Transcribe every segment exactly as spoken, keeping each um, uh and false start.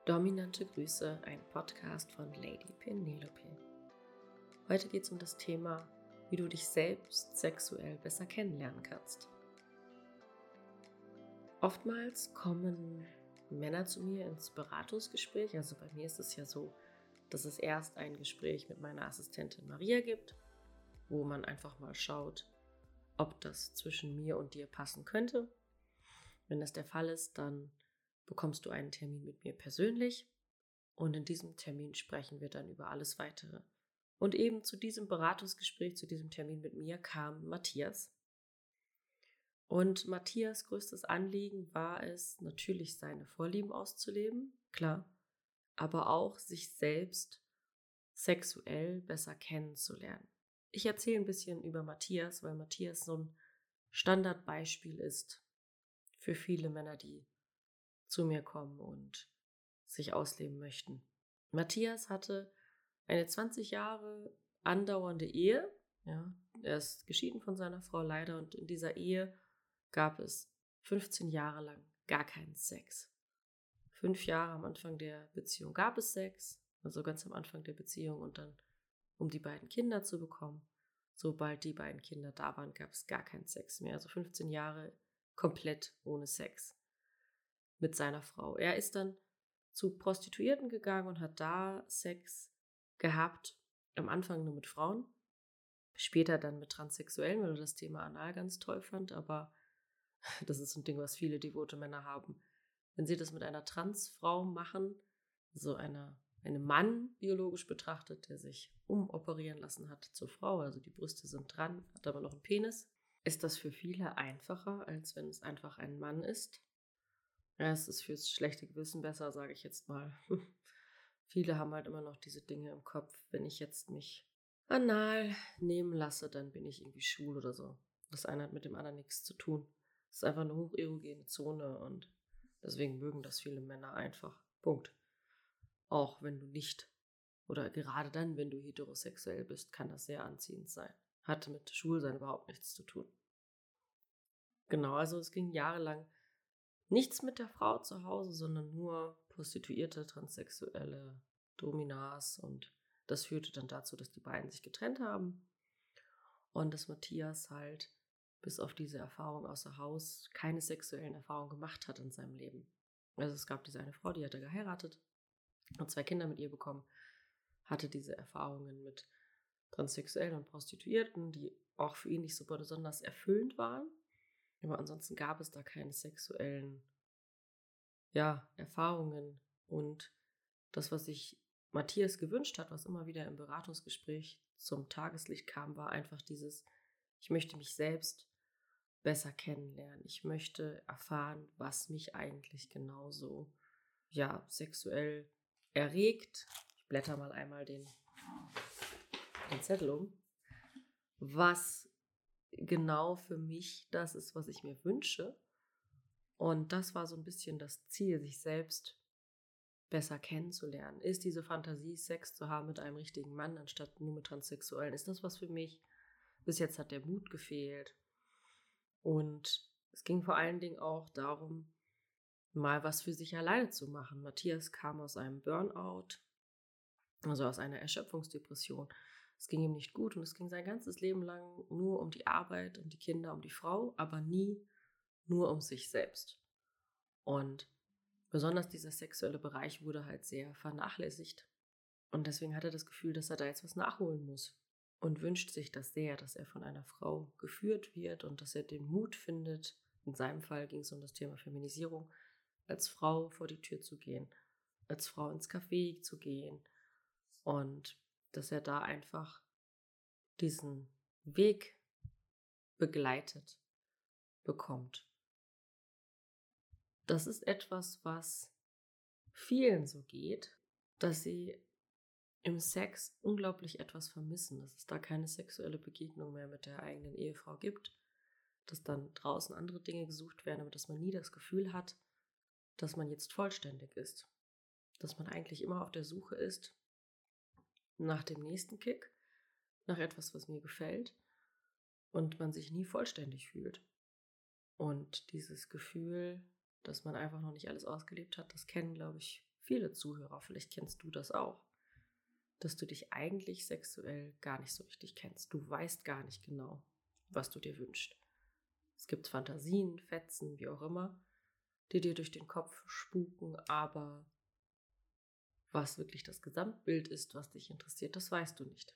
Dominante Grüße, ein Podcast von Lady Penelope. Heute geht es um das Thema, wie du dich selbst sexuell besser kennenlernen kannst. Oftmals kommen Männer zu mir ins Beratungsgespräch. Also bei mir ist es ja so, dass es erst ein Gespräch mit meiner Assistentin Maria gibt, wo man einfach mal schaut, ob das zwischen mir und dir passen könnte. Wenn das der Fall ist, dann bekommst du einen Termin mit mir persönlich und in diesem Termin sprechen wir dann über alles Weitere. Und eben zu diesem Beratungsgespräch, zu diesem Termin mit mir kam Matthias. Und Matthias' größtes Anliegen war es, natürlich seine Vorlieben auszuleben, klar, aber auch sich selbst sexuell besser kennenzulernen. Ich erzähle ein bisschen über Matthias, weil Matthias so ein Standardbeispiel ist für viele Männer, die zu mir kommen und sich ausleben möchten. Matthias hatte eine zwanzig Jahre andauernde Ehe. Ja, er ist geschieden von seiner Frau leider und in dieser Ehe gab es fünfzehn Jahre lang gar keinen Sex. Fünf Jahre am Anfang der Beziehung gab es Sex, also ganz am Anfang der Beziehung und dann, um die beiden Kinder zu bekommen. Sobald die beiden Kinder da waren, gab es gar keinen Sex mehr. Also fünfzehn Jahre komplett ohne Sex mit seiner Frau. Er ist dann zu Prostituierten gegangen und hat da Sex gehabt, am Anfang nur mit Frauen, später dann mit Transsexuellen, weil er das Thema Anal ganz toll fand, aber das ist ein Ding, was viele devote Männer haben. Wenn sie das mit einer Transfrau machen, so einer, einem Mann biologisch betrachtet, der sich umoperieren lassen hat zur Frau, also die Brüste sind dran, hat aber noch einen Penis, ist das für viele einfacher, als wenn es einfach ein Mann ist. Ja, es ist fürs schlechte Gewissen besser, sage ich jetzt mal. Viele haben halt immer noch diese Dinge im Kopf. Wenn ich jetzt mich anal nehmen lasse, dann bin ich irgendwie schwul oder so. Das eine hat mit dem anderen nichts zu tun. Es ist einfach eine hocherogene Zone und deswegen mögen das viele Männer einfach. Punkt. Auch wenn du nicht oder gerade dann, wenn du heterosexuell bist, kann das sehr anziehend sein. Hat mit Schwulsein überhaupt nichts zu tun. Genau, also es ging jahrelang nichts mit der Frau zu Hause, sondern nur Prostituierte, Transsexuelle, Dominas und das führte dann dazu, dass die beiden sich getrennt haben und dass Matthias halt bis auf diese Erfahrung außer Haus keine sexuellen Erfahrungen gemacht hat in seinem Leben. Also es gab diese eine Frau, die hatte geheiratet und zwei Kinder mit ihr bekommen, hatte diese Erfahrungen mit Transsexuellen und Prostituierten, die auch für ihn nicht so besonders erfüllend waren. Aber ansonsten gab es da keine sexuellen ja, Erfahrungen. Und das, was sich Matthias gewünscht hat, was immer wieder im Beratungsgespräch zum Tageslicht kam, war einfach dieses, ich möchte mich selbst besser kennenlernen. Ich möchte erfahren, was mich eigentlich genauso ja, sexuell erregt. Ich blätter mal einmal den, den Zettel um. Was genau für mich das ist, was ich mir wünsche. Und das war so ein bisschen das Ziel, sich selbst besser kennenzulernen. Ist diese Fantasie, Sex zu haben mit einem richtigen Mann, anstatt nur mit Transsexuellen, ist das was für mich? Bis jetzt hat der Mut gefehlt. Und es ging vor allen Dingen auch darum, mal was für sich alleine zu machen. Matthias kam aus einem Burnout, also aus einer Erschöpfungsdepression. Es ging ihm nicht gut und es ging sein ganzes Leben lang nur um die Arbeit, um die Kinder, um die Frau, aber nie nur um sich selbst. Und besonders dieser sexuelle Bereich wurde halt sehr vernachlässigt. Und deswegen hat er das Gefühl, dass er da jetzt was nachholen muss. Und wünscht sich das sehr, dass er von einer Frau geführt wird und dass er den Mut findet, in seinem Fall ging es um das Thema Feminisierung, als Frau vor die Tür zu gehen, als Frau ins Café zu gehen und dass er da einfach diesen Weg begleitet bekommt. Das ist etwas, was vielen so geht, dass sie im Sex unglaublich etwas vermissen, dass es da keine sexuelle Begegnung mehr mit der eigenen Ehefrau gibt, dass dann draußen andere Dinge gesucht werden, aber dass man nie das Gefühl hat, dass man jetzt vollständig ist. Dass man eigentlich immer auf der Suche ist nach dem nächsten Kick, nach etwas, was mir gefällt und man sich nie vollständig fühlt. Und dieses Gefühl, dass man einfach noch nicht alles ausgelebt hat, das kennen, glaube ich, viele Zuhörer, vielleicht kennst du das auch, dass du dich eigentlich sexuell gar nicht so richtig kennst. Du weißt gar nicht genau, was du dir wünschst. Es gibt Fantasien, Fetzen, wie auch immer, die dir durch den Kopf spuken, aber was wirklich das Gesamtbild ist, was dich interessiert, das weißt du nicht.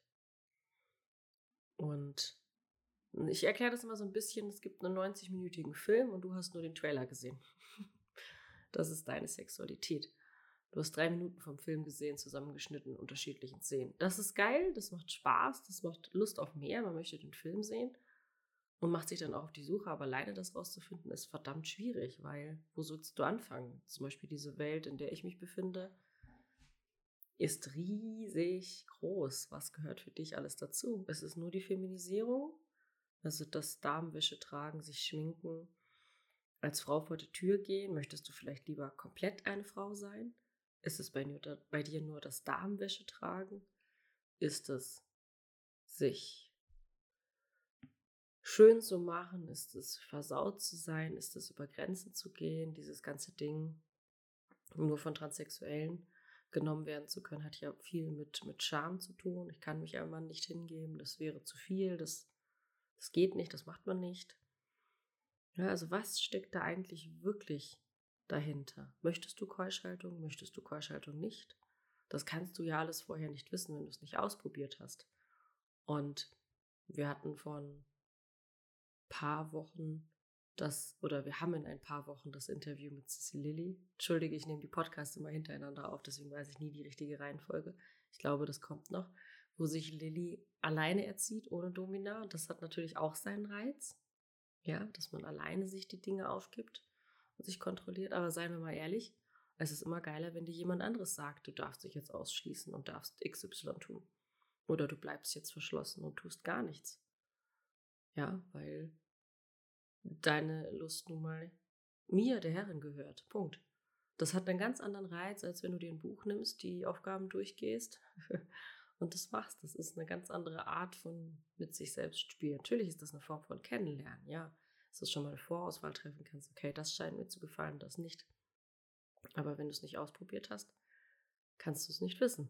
Und ich erkläre das immer so ein bisschen, es gibt einen neunzig-minütigen Film und du hast nur den Trailer gesehen. Das ist deine Sexualität. Du hast drei Minuten vom Film gesehen, zusammengeschnitten in unterschiedlichen Szenen. Das ist geil, das macht Spaß, das macht Lust auf mehr, man möchte den Film sehen und macht sich dann auch auf die Suche, aber alleine das rauszufinden ist verdammt schwierig, weil wo sollst du anfangen? Zum Beispiel diese Welt, in der ich mich befinde, ist riesig groß. Was gehört für dich alles dazu? Es ist nur die Feminisierung, also das Damenwäsche tragen, sich schminken, als Frau vor die Tür gehen. Möchtest du vielleicht lieber komplett eine Frau sein? Ist es bei, bei dir nur das Damenwäsche tragen? Ist es sich schön zu machen? Ist es versaut zu sein? Ist es über Grenzen zu gehen? Dieses ganze Ding nur von Transsexuellen genommen werden zu können, hat ja viel mit, mit Scham zu tun. Ich kann mich einem Mann nicht hingeben, das wäre zu viel, das, das geht nicht, das macht man nicht. Ja, also was steckt da eigentlich wirklich dahinter? Möchtest du Keuschhaltung? Möchtest du Keuschhaltung nicht? Das kannst du ja alles vorher nicht wissen, wenn du es nicht ausprobiert hast. Und wir hatten vor ein paar Wochen das, oder wir haben in ein paar Wochen das Interview mit Sissy Lilly. Entschuldige, ich nehme die Podcasts immer hintereinander auf, deswegen weiß ich nie die richtige Reihenfolge. Ich glaube, das kommt noch, wo sich Lilly alleine erzieht, ohne Domina. Und das hat natürlich auch seinen Reiz, ja, dass man alleine sich die Dinge aufgibt und sich kontrolliert. Aber seien wir mal ehrlich, es ist immer geiler, wenn dir jemand anderes sagt, du darfst dich jetzt ausschließen und darfst X Y tun. Oder du bleibst jetzt verschlossen und tust gar nichts. Ja, weil deine Lust nun mal mir, der Herrin, gehört. Punkt. Das hat einen ganz anderen Reiz, als wenn du dir ein Buch nimmst, die Aufgaben durchgehst und das machst. Das ist eine ganz andere Art von mit sich selbst spielen. Natürlich ist das eine Form von Kennenlernen, ja. Dass du schon mal eine Vorauswahl treffen kannst. Okay, das scheint mir zu gefallen, das nicht. Aber wenn du es nicht ausprobiert hast, kannst du es nicht wissen.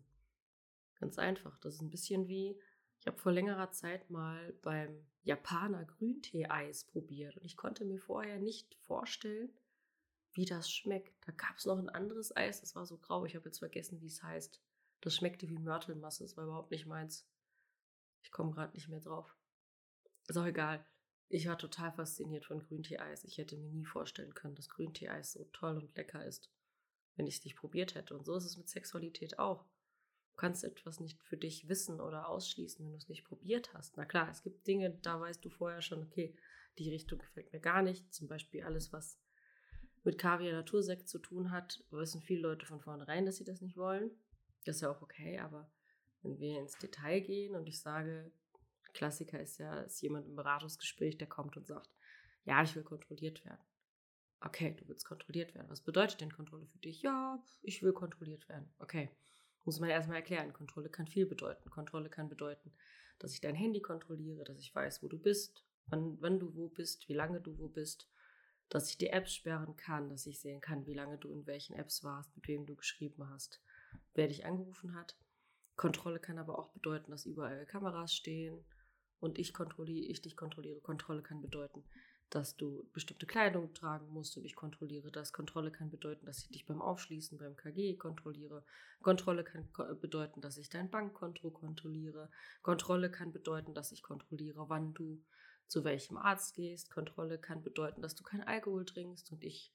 Ganz einfach. Das ist ein bisschen wie, ich habe vor längerer Zeit mal beim Japaner Grüntee-Eis probiert und ich konnte mir vorher nicht vorstellen, wie das schmeckt. Da gab es noch ein anderes Eis, das war so grau. Ich habe jetzt vergessen, wie es heißt. Das schmeckte wie Mörtelmasse, das war überhaupt nicht meins. Ich komme gerade nicht mehr drauf. Ist auch egal. Ich war total fasziniert von Grüntee-Eis. Ich hätte mir nie vorstellen können, dass Grüntee-Eis so toll und lecker ist, wenn ich es nicht probiert hätte. Und so ist es mit Sexualität auch. Du kannst etwas nicht für dich wissen oder ausschließen, wenn du es nicht probiert hast. Na klar, es gibt Dinge, da weißt du vorher schon, okay, die Richtung gefällt mir gar nicht. Zum Beispiel alles, was mit Kaviar Natursekt zu tun hat, wissen viele Leute von vornherein, dass sie das nicht wollen. Das ist ja auch okay, aber wenn wir ins Detail gehen und ich sage, Klassiker ist ja, ist jemand im Beratungsgespräch, der kommt und sagt, ja, ich will kontrolliert werden. Okay, du willst kontrolliert werden. Was bedeutet denn Kontrolle für dich? Ja, ich will kontrolliert werden. Okay, muss man erstmal erklären. Kontrolle kann viel bedeuten. Kontrolle kann bedeuten, dass ich dein Handy kontrolliere, dass ich weiß, wo du bist, wann, wann du wo bist, wie lange du wo bist, dass ich die Apps sperren kann, dass ich sehen kann, wie lange du in welchen Apps warst, mit wem du geschrieben hast, wer dich angerufen hat. Kontrolle kann aber auch bedeuten, dass überall Kameras stehen und ich kontrolliere, ich dich kontrolliere. Kontrolle kann bedeuten, dass du bestimmte Kleidung tragen musst und ich kontrolliere das. Kontrolle kann bedeuten, dass ich dich beim Aufschließen beim K G kontrolliere. Kontrolle kann bedeuten, dass ich dein Bankkonto kontrolliere. Kontrolle kann bedeuten, dass ich kontrolliere, wann du zu welchem Arzt gehst. Kontrolle kann bedeuten, dass du keinen Alkohol trinkst und ich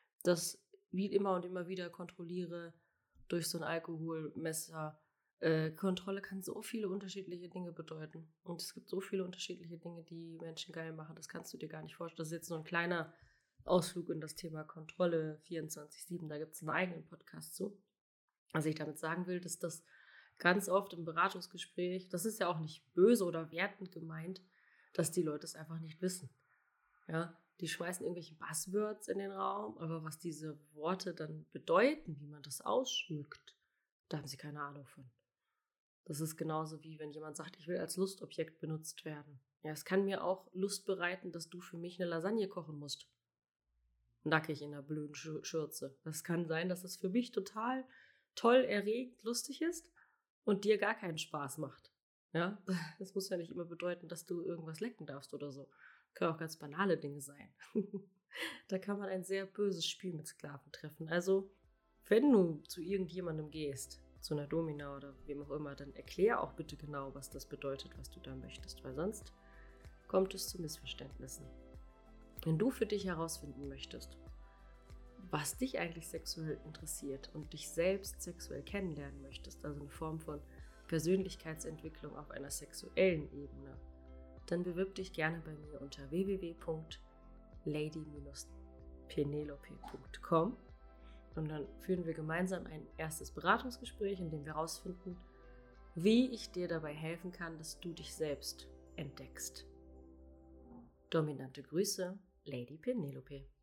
das wie immer und immer wieder kontrolliere durch so ein Alkoholmesser. Äh, Kontrolle kann so viele unterschiedliche Dinge bedeuten. Und es gibt so viele unterschiedliche Dinge, die Menschen geil machen. Das kannst du dir gar nicht vorstellen. Das ist jetzt nur ein kleiner Ausflug in das Thema Kontrolle vierundzwanzig sieben. Da gibt es einen eigenen Podcast zu. Was ich damit sagen will, dass das ganz oft im Beratungsgespräch, das ist ja auch nicht böse oder wertend gemeint, dass die Leute es einfach nicht wissen. Ja, die schmeißen irgendwelche Buzzwords in den Raum, aber was diese Worte dann bedeuten, wie man das ausschmückt, da haben sie keine Ahnung von. Das ist genauso wie wenn jemand sagt, ich will als Lustobjekt benutzt werden. Ja, es kann mir auch Lust bereiten, dass du für mich eine Lasagne kochen musst. nackig in einer blöden Schürze. Das kann sein, dass es für mich total toll, erregend, lustig ist und dir gar keinen Spaß macht. Ja, das muss ja nicht immer bedeuten, dass du irgendwas lecken darfst oder so. Können auch ganz banale Dinge sein. Da kann man ein sehr böses Spiel mit Sklaven treffen. Also, wenn du zu irgendjemandem gehst, zu einer Domina oder wem auch immer, dann erklär auch bitte genau, was das bedeutet, was du da möchtest, weil sonst kommt es zu Missverständnissen. Wenn du für dich herausfinden möchtest, was dich eigentlich sexuell interessiert und dich selbst sexuell kennenlernen möchtest, also eine Form von Persönlichkeitsentwicklung auf einer sexuellen Ebene, dann bewirb dich gerne bei mir unter w w w punkt lady dash penelope punkt com und dann führen wir gemeinsam ein erstes Beratungsgespräch, in dem wir herausfinden, wie ich dir dabei helfen kann, dass du dich selbst entdeckst. Dominante Grüße, Lady Penelope.